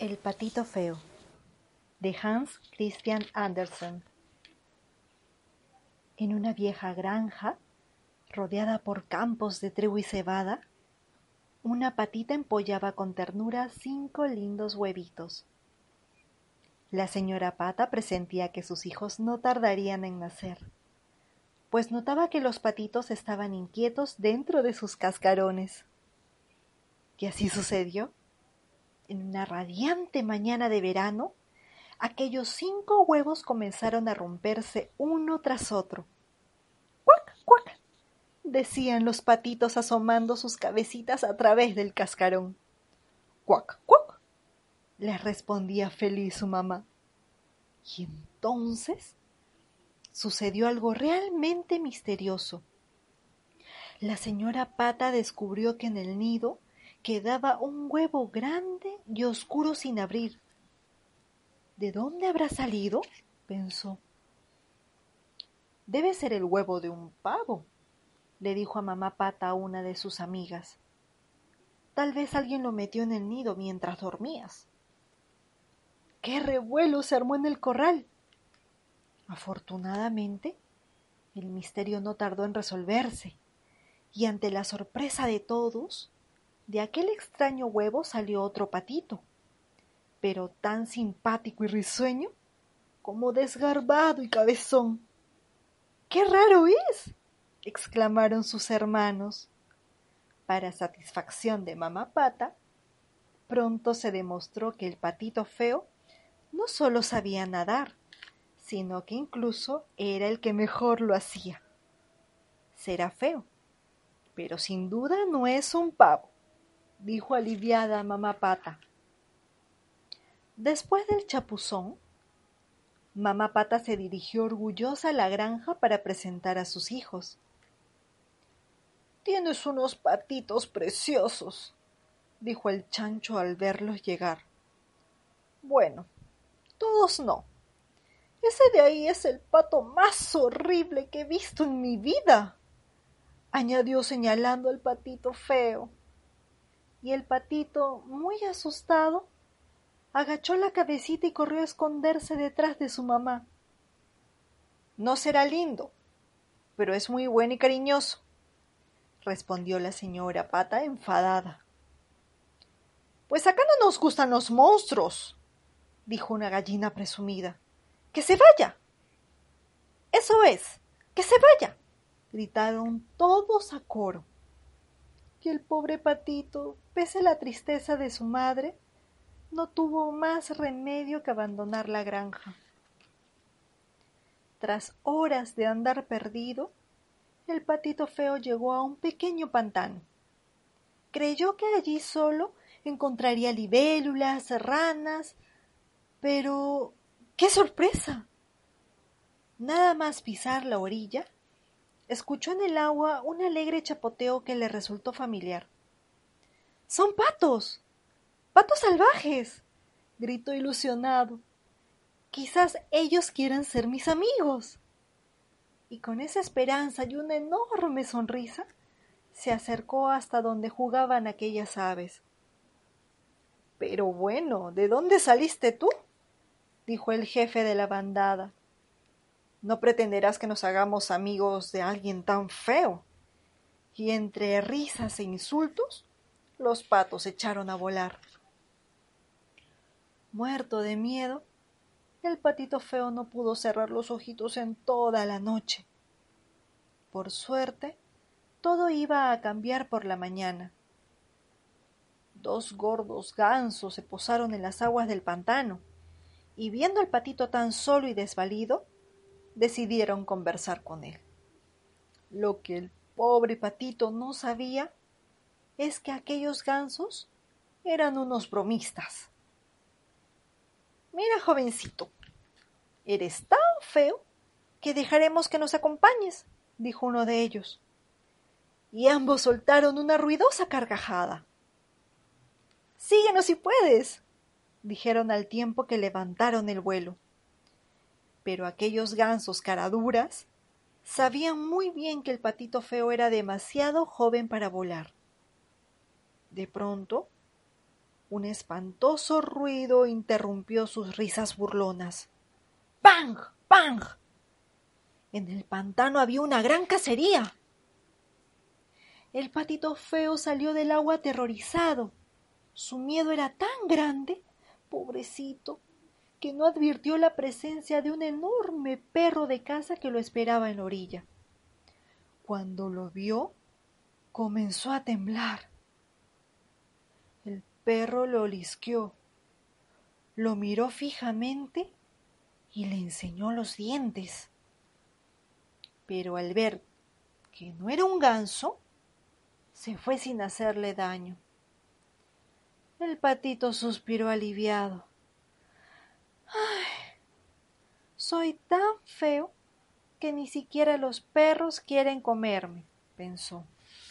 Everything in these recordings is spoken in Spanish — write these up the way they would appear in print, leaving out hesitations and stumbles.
El patito feo, de Hans Christian Andersen. En una vieja granja, rodeada por campos de trigo y cebada, una patita empollaba con ternura 5 lindos huevitos. La señora Pata presentía que sus hijos no tardarían en nacer, pues notaba que los patitos estaban inquietos dentro de sus cascarones. Y así sucedió. En una radiante mañana de verano, aquellos 5 huevos comenzaron a romperse uno tras otro. ¡Cuac, cuac!, decían los patitos asomando sus cabecitas a través del cascarón. ¡Cuac, cuac!, les respondía feliz su mamá. Y entonces sucedió algo realmente misterioso. La señora Pata descubrió que en el nido quedaba un huevo grande y oscuro sin abrir. ¿De dónde habrá salido?, pensó. Debe ser el huevo de un pavo, le dijo a mamá Pata a una de sus amigas. Tal vez alguien lo metió en el nido mientras dormías. ¡Qué revuelo se armó en el corral! Afortunadamente, el misterio no tardó en resolverse, y ante la sorpresa de todos, de aquel extraño huevo salió otro patito, pero tan simpático y risueño como desgarbado y cabezón. ¡Qué raro es!, exclamaron sus hermanos. Para satisfacción de mamá Pata, pronto se demostró que el patito feo no solo sabía nadar, sino que incluso era el que mejor lo hacía. Será feo, pero sin duda no es un pavo, dijo aliviada mamá Pata. Después del chapuzón, mamá Pata se dirigió orgullosa a la granja para presentar a sus hijos. «Tienes unos patitos preciosos», dijo el chancho al verlos llegar. «Bueno, todos no. Ese de ahí es el pato más horrible que he visto en mi vida», añadió señalando al patito feo. Y el patito, muy asustado, agachó la cabecita y corrió a esconderse detrás de su mamá. «No será lindo, pero es muy bueno y cariñoso», respondió la señora Pata enfadada. «Pues acá no nos gustan los monstruos», dijo una gallina presumida. «¡Que se vaya!». «Eso es, que se vaya», gritaron todos a coro. Y el pobre patito, pese a la tristeza de su madre, no tuvo más remedio que abandonar la granja. Tras horas de andar perdido, el patito feo llegó a un pequeño pantano. Creyó que allí solo encontraría libélulas, ranas, pero ¡qué sorpresa! Nada más pisar la orilla, escuchó en el agua un alegre chapoteo que le resultó familiar. ¡Son patos! ¡Patos salvajes!, gritó ilusionado. «Quizás ellos quieran ser mis amigos». Y con esa esperanza y una enorme sonrisa, se acercó hasta donde jugaban aquellas aves. «Pero bueno, ¿de dónde saliste tú?», dijo el jefe de la bandada. «No pretenderás que nos hagamos amigos de alguien tan feo». Y entre risas e insultos, los patos echaron a volar. Muerto de miedo, el patito feo no pudo cerrar los ojitos en toda la noche. Por suerte, todo iba a cambiar por la mañana. 2 gordos gansos se posaron en las aguas del pantano, y viendo al patito tan solo y desvalido, decidieron conversar con él. Lo que el pobre patito no sabía es que aquellos gansos eran unos bromistas. «Mira, jovencito, eres tan feo que dejaremos que nos acompañes», dijo uno de ellos. Y ambos soltaron una ruidosa carcajada. «Síguenos si puedes», dijeron al tiempo que levantaron el vuelo. Pero aquellos gansos caraduras sabían muy bien que el patito feo era demasiado joven para volar. De pronto, Un espantoso ruido interrumpió sus risas burlonas. ¡Bang! ¡Bang! En el pantano había una gran cacería. El patito feo salió del agua aterrorizado. Su miedo era tan grande, pobrecito, que no advirtió la presencia de un enorme perro de caza que lo esperaba en la orilla. Cuando lo vio, comenzó a temblar. El perro lo olisqueó, lo miró fijamente y le enseñó los dientes. Pero al ver que no era un ganso, se fue sin hacerle daño. El patito suspiró aliviado. Soy tan feo que ni siquiera los perros quieren comerme, pensó.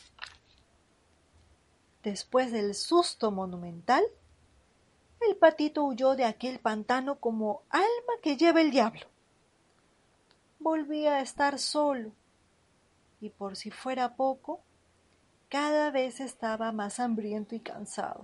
Después del susto monumental, el patito huyó de aquel pantano como alma que lleva el diablo. Volvía a estar solo, y por si fuera poco, cada vez estaba más hambriento y cansado.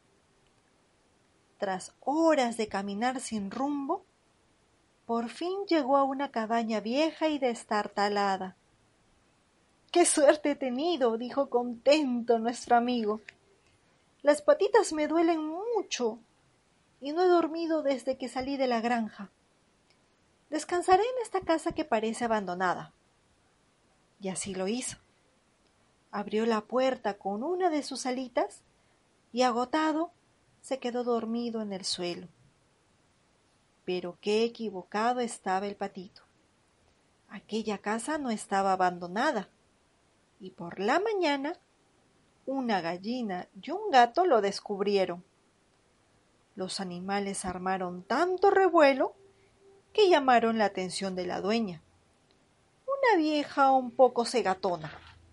Tras horas de caminar sin rumbo, por fin llegó a una cabaña vieja y destartalada. ¡Qué suerte he tenido!, dijo contento nuestro amigo. Las patitas me duelen mucho y no he dormido desde que salí de la granja. Descansaré en esta casa que parece abandonada. Y así lo hizo. Abrió la puerta con una de sus alitas y, agotado, se quedó dormido en el suelo. Pero qué equivocado estaba el patito. Aquella casa no estaba abandonada, y por la mañana una gallina y un gato lo descubrieron. Los animales armaron tanto revuelo que llamaron la atención de la dueña, una vieja un poco cegatona.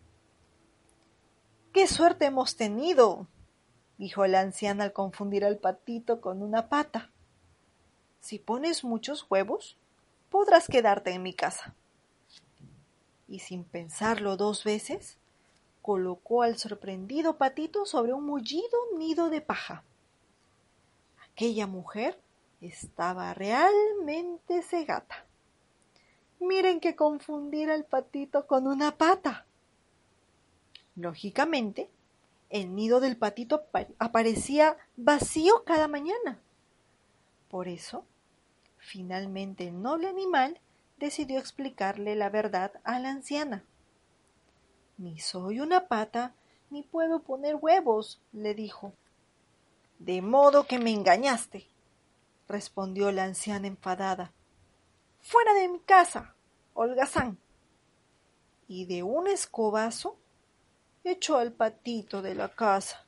¡Qué suerte hemos tenido!, dijo la anciana al confundir al patito con una pata. Si pones muchos huevos, podrás quedarte en mi casa. Y sin pensarlo dos veces, colocó al sorprendido patito sobre un mullido nido de paja. Aquella mujer estaba realmente cegata. Miren que confundir al patito con una pata. Lógicamente, el nido del patito aparecía vacío cada mañana. Por eso, finalmente el noble animal decidió explicarle la verdad a la anciana. Ni soy una pata, ni puedo poner huevos, le dijo. De modo que me engañaste, respondió la anciana enfadada. Fuera de mi casa, holgazán. Y de un escobazo echó al patito de la casa.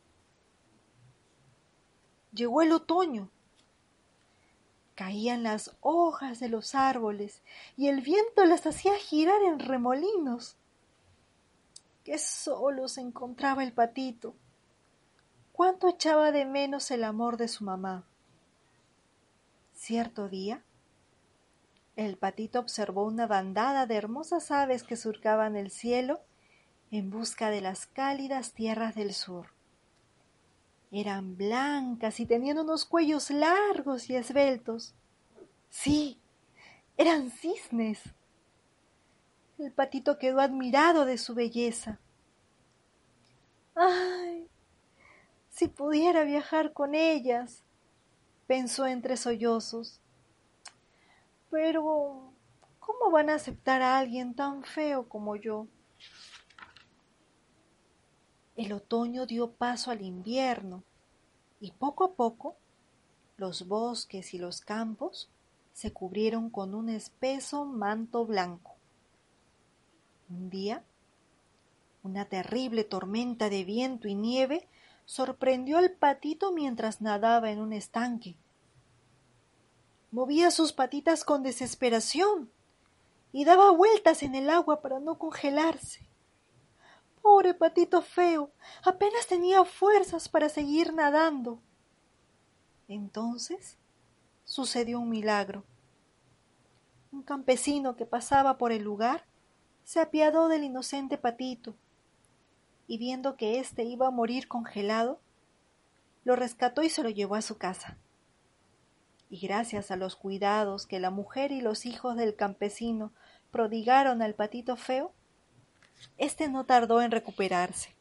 Llegó el otoño. Caían las hojas de los árboles y el viento las hacía girar en remolinos. Qué solo se encontraba el patito. Cuánto echaba de menos el amor de su mamá. Cierto día, el patito observó una bandada de hermosas aves que surcaban el cielo en busca de las cálidas tierras del sur. Eran blancas y tenían unos cuellos largos y esbeltos. Sí, eran cisnes. El patito quedó admirado de su belleza. ¡Ay! Si pudiera viajar con ellas, pensó entre sollozos. Pero, ¿cómo van a aceptar a alguien tan feo como yo? El otoño dio paso al invierno, y poco a poco los bosques y los campos se cubrieron con un espeso manto blanco. Un día, una terrible tormenta de viento y nieve sorprendió al patito mientras nadaba en un estanque. Movía sus patitas con desesperación y daba vueltas en el agua para no congelarse. Pobre patito feo, apenas tenía fuerzas para seguir nadando. Entonces sucedió un milagro. Un campesino que pasaba por el lugar se apiadó del inocente patito y, viendo que éste iba a morir congelado, lo rescató y se lo llevó a su casa. Y gracias a los cuidados que la mujer y los hijos del campesino prodigaron al patito feo, éste no tardó en recuperarse.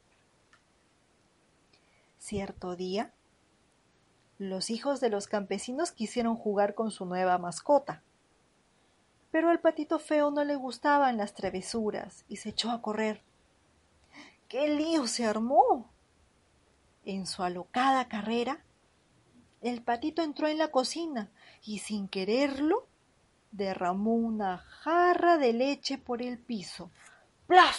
Cierto día, los hijos de los campesinos quisieron jugar con su nueva mascota, pero al patito feo no le gustaban las travesuras y se echó a correr. ¡Qué lío se armó! En su alocada carrera, el patito entró en la cocina y sin quererlo derramó una jarra de leche por el piso. ¡Plaf!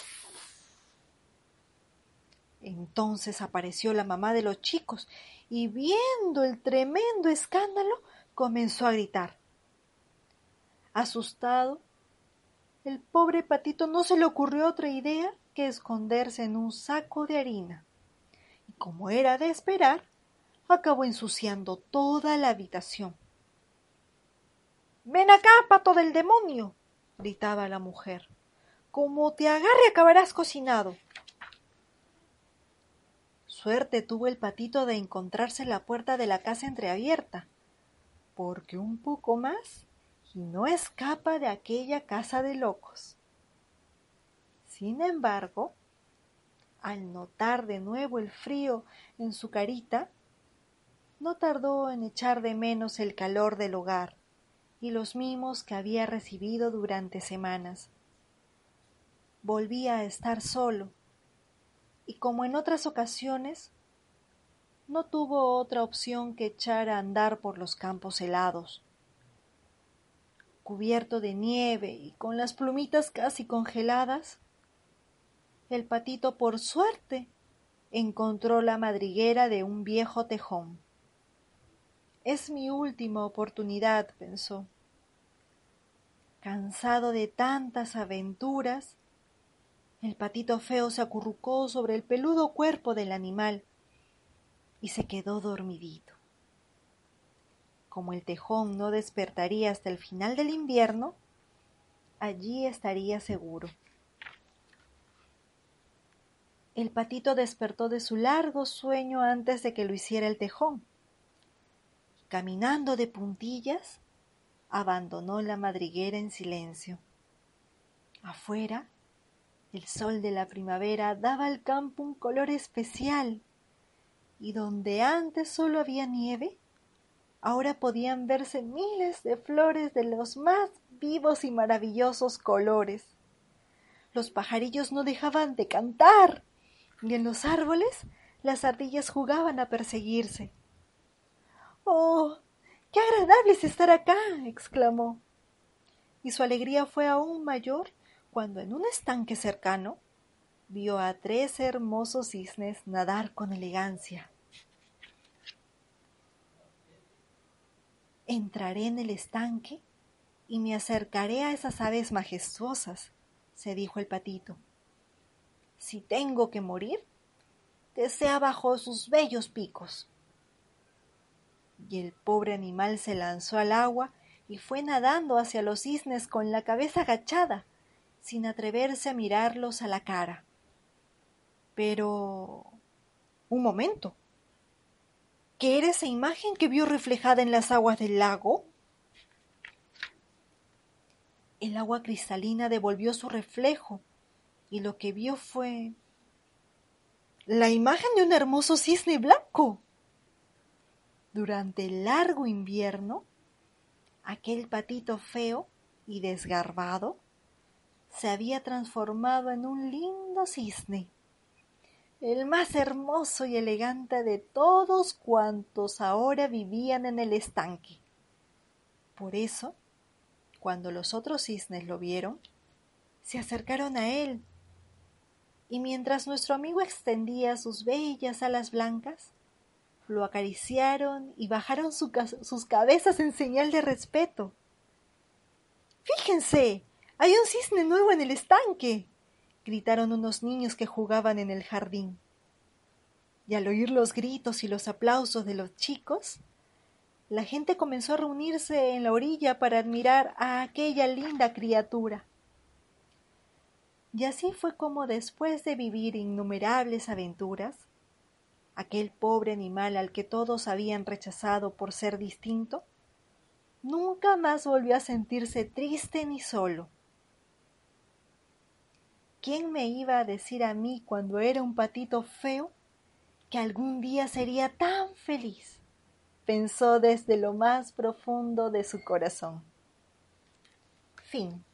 Entonces apareció la mamá de los chicos y viendo el tremendo escándalo comenzó a gritar. Asustado, el pobre patito no se le ocurrió otra idea que esconderse en un saco de harina. Y como era de esperar, acabó ensuciando toda la habitación. —¡Ven acá, pato del demonio! —gritaba la mujer. —Como te agarre acabarás cocinado. Suerte tuvo el patito de encontrarse la puerta de la casa entreabierta, porque un poco más y no escapa de aquella casa de locos. Sin embargo, al notar de nuevo el frío en su carita, no tardó en echar de menos el calor del hogar y los mimos que había recibido durante semanas. Volvía a estar solo, y como en otras ocasiones, no tuvo otra opción que echar a andar por los campos helados. Cubierto de nieve y con las plumitas casi congeladas, el patito por suerte encontró la madriguera de un viejo tejón. Es mi última oportunidad, pensó. Cansado de tantas aventuras, el patito feo se acurrucó sobre el peludo cuerpo del animal y se quedó dormidito. Como el tejón no despertaría hasta el final del invierno, allí estaría seguro. El patito despertó de su largo sueño antes de que lo hiciera el tejón. Caminando de puntillas, abandonó la madriguera en silencio. Afuera, el sol de la primavera daba al campo un color especial, y donde antes solo había nieve, ahora podían verse miles de flores de los más vivos y maravillosos colores. Los pajarillos no dejaban de cantar, y en los árboles las ardillas jugaban a perseguirse. —¡Oh, qué agradable es estar acá! —exclamó. Y su alegría fue aún mayor cuando en un estanque cercano vio a 3 hermosos cisnes nadar con elegancia. —Entraré en el estanque y me acercaré a esas aves majestuosas —se dijo el patito—. Si tengo que morir, que sea bajo sus bellos picos. Y el pobre animal se lanzó al agua y fue nadando hacia los cisnes con la cabeza agachada, sin atreverse a mirarlos a la cara. Pero... un momento. ¿Qué era esa imagen que vio reflejada en las aguas del lago? El agua cristalina devolvió su reflejo, y lo que vio fue la imagen de un hermoso cisne blanco. Durante el largo invierno, aquel patito feo y desgarbado se había transformado en un lindo cisne, el más hermoso y elegante de todos cuantos ahora vivían en el estanque. Por eso, cuando los otros cisnes lo vieron, se acercaron a él, y mientras nuestro amigo extendía sus bellas alas blancas, lo acariciaron y bajaron sus cabezas en señal de respeto. —¡Fíjense! ¡Hay un cisne nuevo en el estanque! —gritaron unos niños que jugaban en el jardín. Y al oír los gritos y los aplausos de los chicos, la gente comenzó a reunirse en la orilla para admirar a aquella linda criatura. Y así fue como, después de vivir innumerables aventuras, aquel pobre animal al que todos habían rechazado por ser distinto, nunca más volvió a sentirse triste ni solo. ¿Quién me iba a decir a mí cuando era un patito feo que algún día sería tan feliz? Pensó desde lo más profundo de su corazón. Fin.